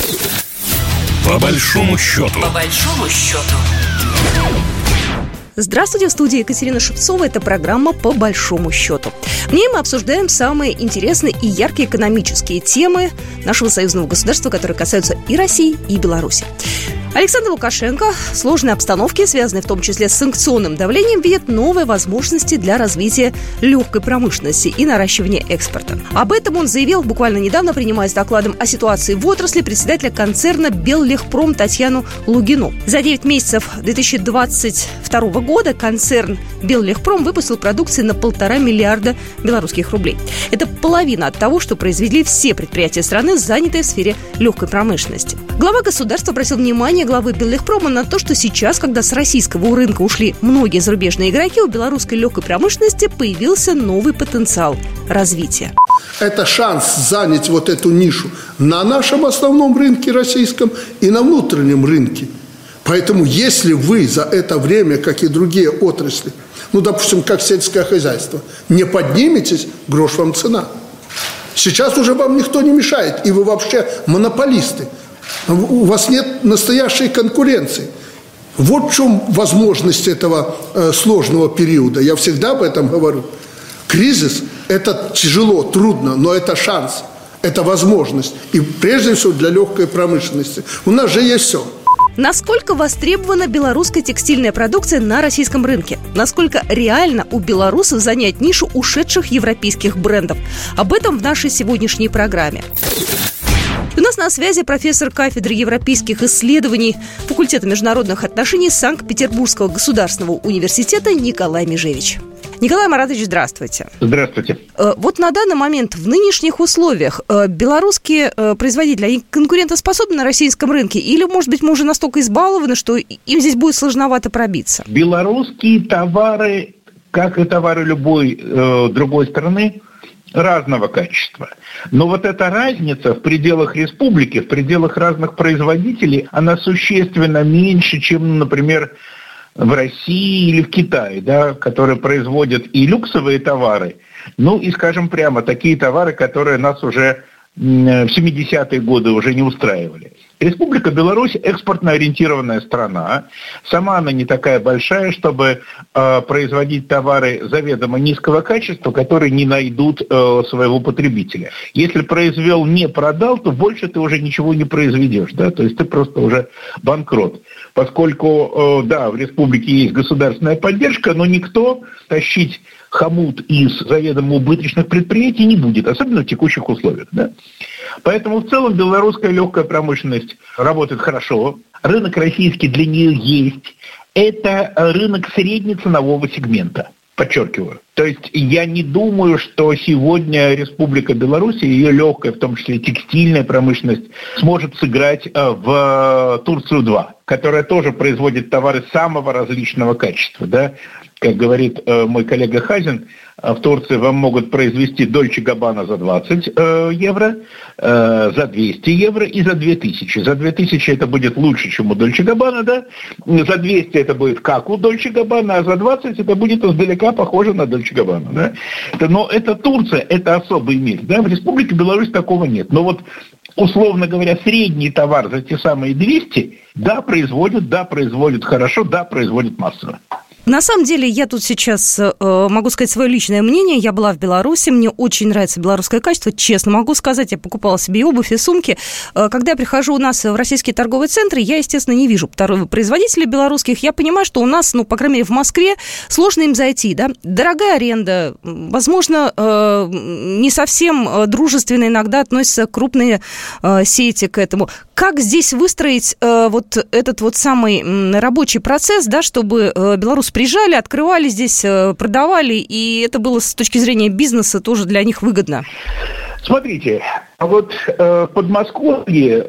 По большому счету. По большому счету. Здравствуйте, в студии Екатерина Шевцова. Это программа «По большому счету». В ней мы обсуждаем самые интересные и яркие экономические темы нашего союзного государства, которые касаются и России, и Беларуси. Александр Лукашенко в сложной обстановке, связанной в том числе с санкционным давлением, видит новые возможности для развития легкой промышленности и наращивания экспорта. Об этом он заявил буквально недавно, принимая с докладом о ситуации в отрасли председателя концерна «Беллегпром» Татьяну Лугину. За 9 месяцев 2022 года концерн «Беллегпром» выпустил продукции на 1,5 миллиарда белорусских рублей. Это половина от того, что произвели все предприятия страны, занятые в сфере легкой промышленности. Глава государства обратил внимание главы «Беллегпрома» на то, что сейчас, когда с российского рынка ушли многие зарубежные игроки, у белорусской легкой промышленности появился новый потенциал развития. Это шанс занять вот эту нишу на нашем основном рынке российском и на внутреннем рынке. Поэтому если вы за это время, как и другие отрасли, допустим, как сельское хозяйство, не подниметесь, грош вам цена. Сейчас уже вам никто не мешает, и вы вообще монополисты. У вас нет настоящей конкуренции. Вот в чем возможность этого сложного периода. Я всегда об этом говорю. Кризис – это тяжело, трудно, но это шанс, это возможность. И прежде всего для легкой промышленности. У нас же есть все. Насколько востребована белорусская текстильная продукция на российском рынке? Насколько реально у белорусов занять нишу ушедших европейских брендов? Об этом в нашей сегодняшней программе. У нас на связи профессор кафедры европейских исследований факультета международных отношений Санкт-Петербургского государственного университета Николай Межевич. Николай Маратович, здравствуйте. Здравствуйте. Вот на данный момент в нынешних условиях белорусские производители, они конкурентоспособны на российском рынке? Или, может быть, мы уже настолько избалованы, что им здесь будет сложновато пробиться? Белорусские товары, как и товары любой другой страны, разного качества. Но вот эта разница в пределах республики, в пределах разных производителей, она существенно меньше, чем, например, в России или в Китае, да, которые производят и люксовые товары, и, скажем прямо, такие товары, которые нас уже в 70-е годы уже не устраивали. Республика Беларусь экспортно ориентированная страна. Сама она не такая большая, чтобы производить товары заведомо низкого качества, которые не найдут своего потребителя. Если произвел, не продал, то больше ты уже ничего не произведешь. Да? То есть ты просто уже банкрот. Поскольку, в республике есть государственная поддержка, но никто тащить хомут из заведомо убыточных предприятий не будет, особенно в текущих условиях. Да? Поэтому в целом белорусская легкая промышленность работает хорошо. Рынок российский для нее есть. Это рынок среднеценового сегмента. Подчеркиваю. То есть я не думаю, что сегодня Республика Беларусь, ее легкая, в том числе текстильная промышленность, сможет сыграть в Турцию-2, которая тоже производит товары самого различного качества. Да? Как говорит мой коллега Хазин, в Турции вам могут произвести Дольче Габбана за 20 евро, за 200 евро и за 2000. За 2000 это будет лучше, чем у Дольче Габбана, да? За 200 это будет как у Дольче Габбана, а за 20 это будет издалека похоже на Дольче Габбана. Да? Но это Турция, это особый мир. Да? В Республике Беларусь такого нет. Но вот, условно говоря, средний товар за те самые 200, производят хорошо, производят массово. На самом деле, я тут сейчас могу сказать свое личное мнение. Я была в Беларуси, мне очень нравится белорусское качество, честно могу сказать. Я покупала себе и обувь, и сумки. Когда я прихожу у нас в российские торговые центры, я, естественно, не вижу производителей белорусских. Я понимаю, что у нас, по крайней мере, в Москве сложно им зайти. Да? Дорогая аренда, возможно, не совсем дружественно иногда относятся крупные сети к этому. Как здесь выстроить вот этот вот самый рабочий процесс, да, чтобы белорусы приезжали, открывали здесь, продавали, и это было с точки зрения бизнеса тоже для них выгодно? Смотрите, вот в Подмосковье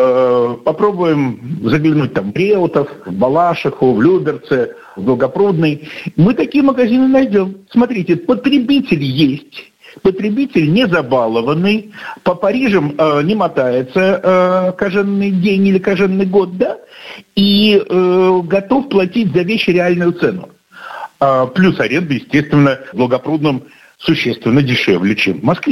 попробуем заглянуть там в Реутов, в Балашиху, в Люберцы, в Долгопрудный. Мы такие магазины найдем. Смотрите, потребитель есть. Потребитель не забалованный, по Парижам не мотается кожаный день или кожаный год, да, и готов платить за вещи реальную цену. Плюс аренда, естественно, в Долгопрудном существенно дешевле, чем в Москве.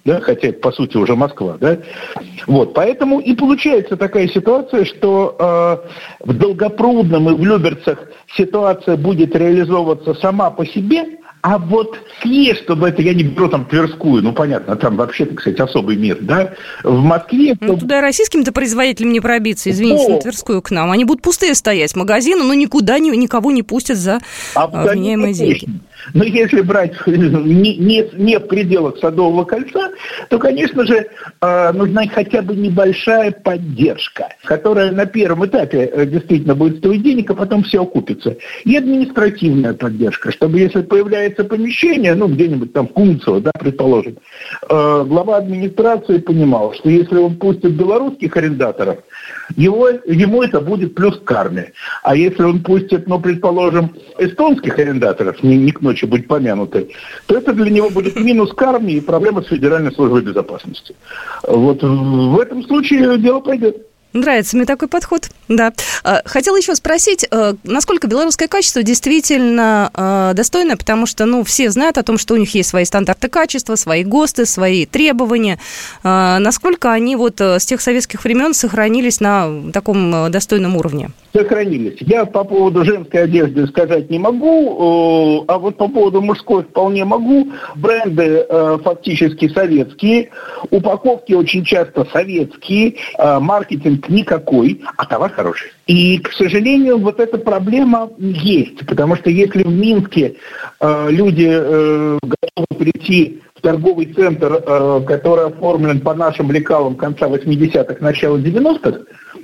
да, хотя это, по сути, уже Москва, да. Вот, поэтому и получается такая ситуация, что в Долгопрудном и в Люберцах ситуация будет реализовываться сама по себе, а вот съезд, чтобы это, я не беру там Тверскую, ну, понятно, там вообще-то, кстати, особый мир, да, в Москве... Ну, туда российским-то производителям не пробиться, извините, на Тверскую к нам. Они будут пустые стоять, магазины, но никуда никого не пустят за вменяемые деньги. Но если брать не в пределах Садового кольца, то, конечно же, нужна хотя бы небольшая поддержка, которая на первом этапе действительно будет стоить денег, а потом все окупится. И административная поддержка, чтобы если появляется помещение, ну, где-нибудь там в Кунцево, да, предположим, глава администрации понимал, что если он пустит белорусских арендаторов, ему это будет плюс к карме. А если он пустит, ну, предположим, эстонских арендаторов, не к ночи быть помянуты, то это для него будет минус к армии и проблема с Федеральной службой безопасности. Вот в этом случае дело пойдет. Нравится мне такой подход, да. Хотела еще спросить, насколько белорусское качество действительно достойное, потому что, ну, все знают о том, что у них есть свои стандарты качества, свои ГОСТы, свои требования. Насколько они вот с тех советских времен сохранились на таком достойном уровне? Сохранились. Я по поводу женской одежды сказать не могу, а вот по поводу мужской вполне могу. Бренды фактически советские, упаковки очень часто советские, маркетинг никакой, а товар хороший. И, к сожалению, вот эта проблема есть, потому что если в Минске люди готовы прийти в торговый центр, который оформлен по нашим лекалам конца 80-х, начала 90-х,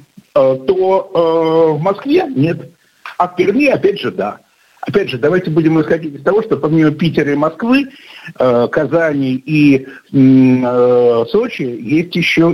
то в Москве нет. А в Перми, опять же, да. Опять же, давайте будем исходить из того, что помимо Питера и Москвы, Казани и Сочи, есть еще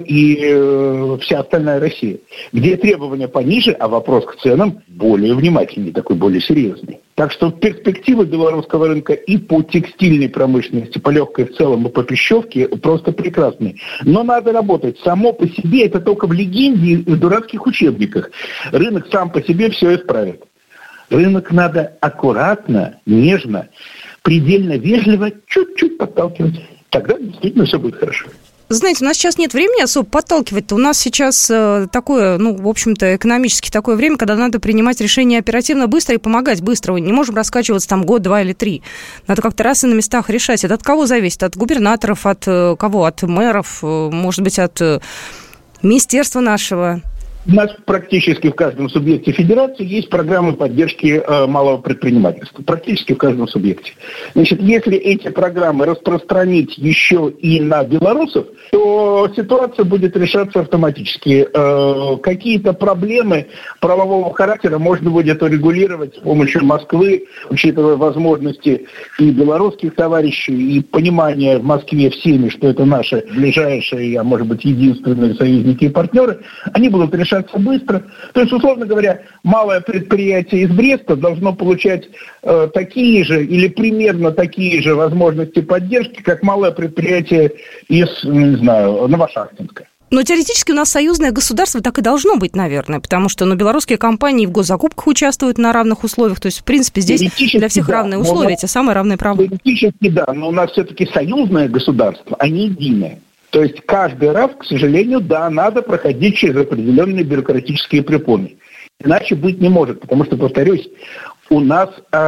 и вся остальная Россия, где требования пониже, а вопрос к ценам более внимательный, такой более серьезный. Так что перспективы белорусского рынка и по текстильной промышленности, по легкой в целом, и по пищевке просто прекрасные. Но надо работать. Само по себе это только в легенде и в дурацких учебниках. Рынок сам по себе все исправит. Рынок надо аккуратно, нежно, предельно вежливо, чуть-чуть подталкивать. Тогда действительно все будет хорошо. Знаете, у нас сейчас нет времени особо подталкивать-то. У нас сейчас такое, ну, в общем-то, экономически такое время, когда надо принимать решения оперативно, быстро и помогать быстро. Не можем раскачиваться там год, 2 или 3. Надо как-то раз и на местах решать. Это от кого зависит? От губернаторов, от кого? От мэров, может быть, от министерства нашего? У нас практически в каждом субъекте федерации есть программы поддержки малого предпринимательства. Практически в каждом субъекте. Значит, если эти программы распространить еще и на белорусов, то ситуация будет решаться автоматически. Какие-то проблемы правового характера можно будет урегулировать с помощью Москвы, учитывая возможности и белорусских товарищей, и понимание в Москве всеми, что это наши ближайшие, а может быть единственные союзники и партнеры. Они будут решаться быстро. То есть, условно говоря, малое предприятие из Бреста должно получать такие же или примерно такие же возможности поддержки, как малое предприятие из, не знаю, Новошахтинска. Но теоретически у нас союзное государство так и должно быть, наверное, потому что белорусские компании в госзакупках участвуют на равных условиях. То есть, в принципе, здесь для всех равные условия, те самые равные права. Теоретически да, но у нас все-таки союзное государство, а не единое. То есть каждый раз, к сожалению, да, надо проходить через определенные бюрократические препоны. Иначе быть не может, потому что, повторюсь, у нас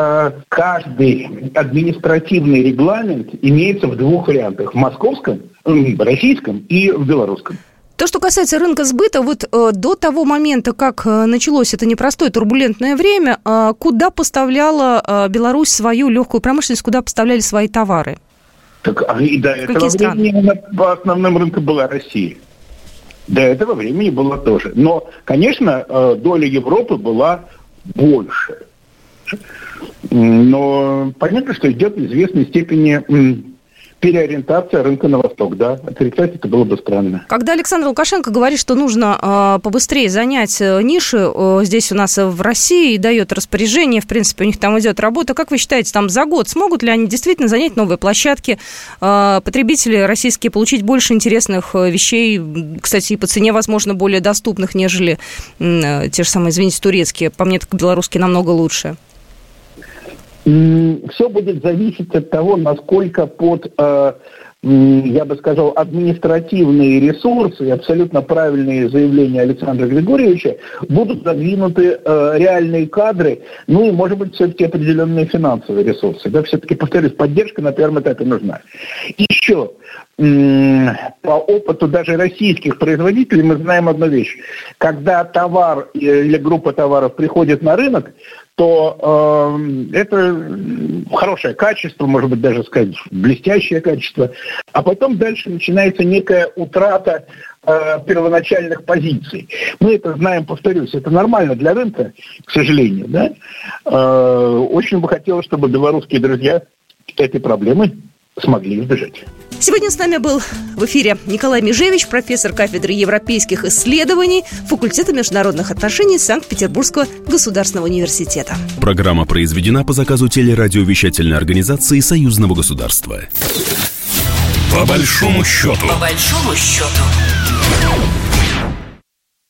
каждый административный регламент имеется в 2 вариантах. В московском, российском и в белорусском. То, что касается рынка сбыта, вот до того момента, как началось это непростое турбулентное время, куда поставляла Беларусь свою легкую промышленность, куда поставляли свои товары? Так, и до этого времени по основным рынкам была Россия. До этого времени было тоже. Но, конечно, доля Европы была больше. Но понятно, что идет в известной степени переориентация рынка на восток, да. Отрицать это было бы странно. Когда Александр Лукашенко говорит, что нужно побыстрее занять ниши здесь у нас в России и дает распоряжение, в принципе, у них там идет работа, как вы считаете, там за год смогут ли они действительно занять новые площадки, потребители российские получить больше интересных вещей, кстати, и по цене, возможно, более доступных, нежели те же самые, извините, турецкие. По мне, так белорусские намного лучше. Все будет зависеть от того, насколько под я бы сказал, административные ресурсы и абсолютно правильные заявления Александра Григорьевича будут задвинуты реальные кадры, ну и, может быть, все-таки определенные финансовые ресурсы. Да, все-таки, повторюсь, поддержка на первом этапе нужна. Еще по опыту даже российских производителей мы знаем одну вещь. Когда товар или группа товаров приходит на рынок, то это хорошее качество, может быть, даже сказать, блестящее качество, а потом дальше начинается некая утрата первоначальных позиций. Мы это знаем, повторюсь, это нормально для рынка, к сожалению, да? Очень бы хотелось, чтобы белорусские друзья этой проблемы смогли избежать. Сегодня с нами был в эфире Николай Межевич, профессор кафедры европейских исследований факультета международных отношений Санкт-Петербургского государственного университета. Программа произведена по заказу телерадиовещательной организации Союзного государства. По большому счету. По большому счету.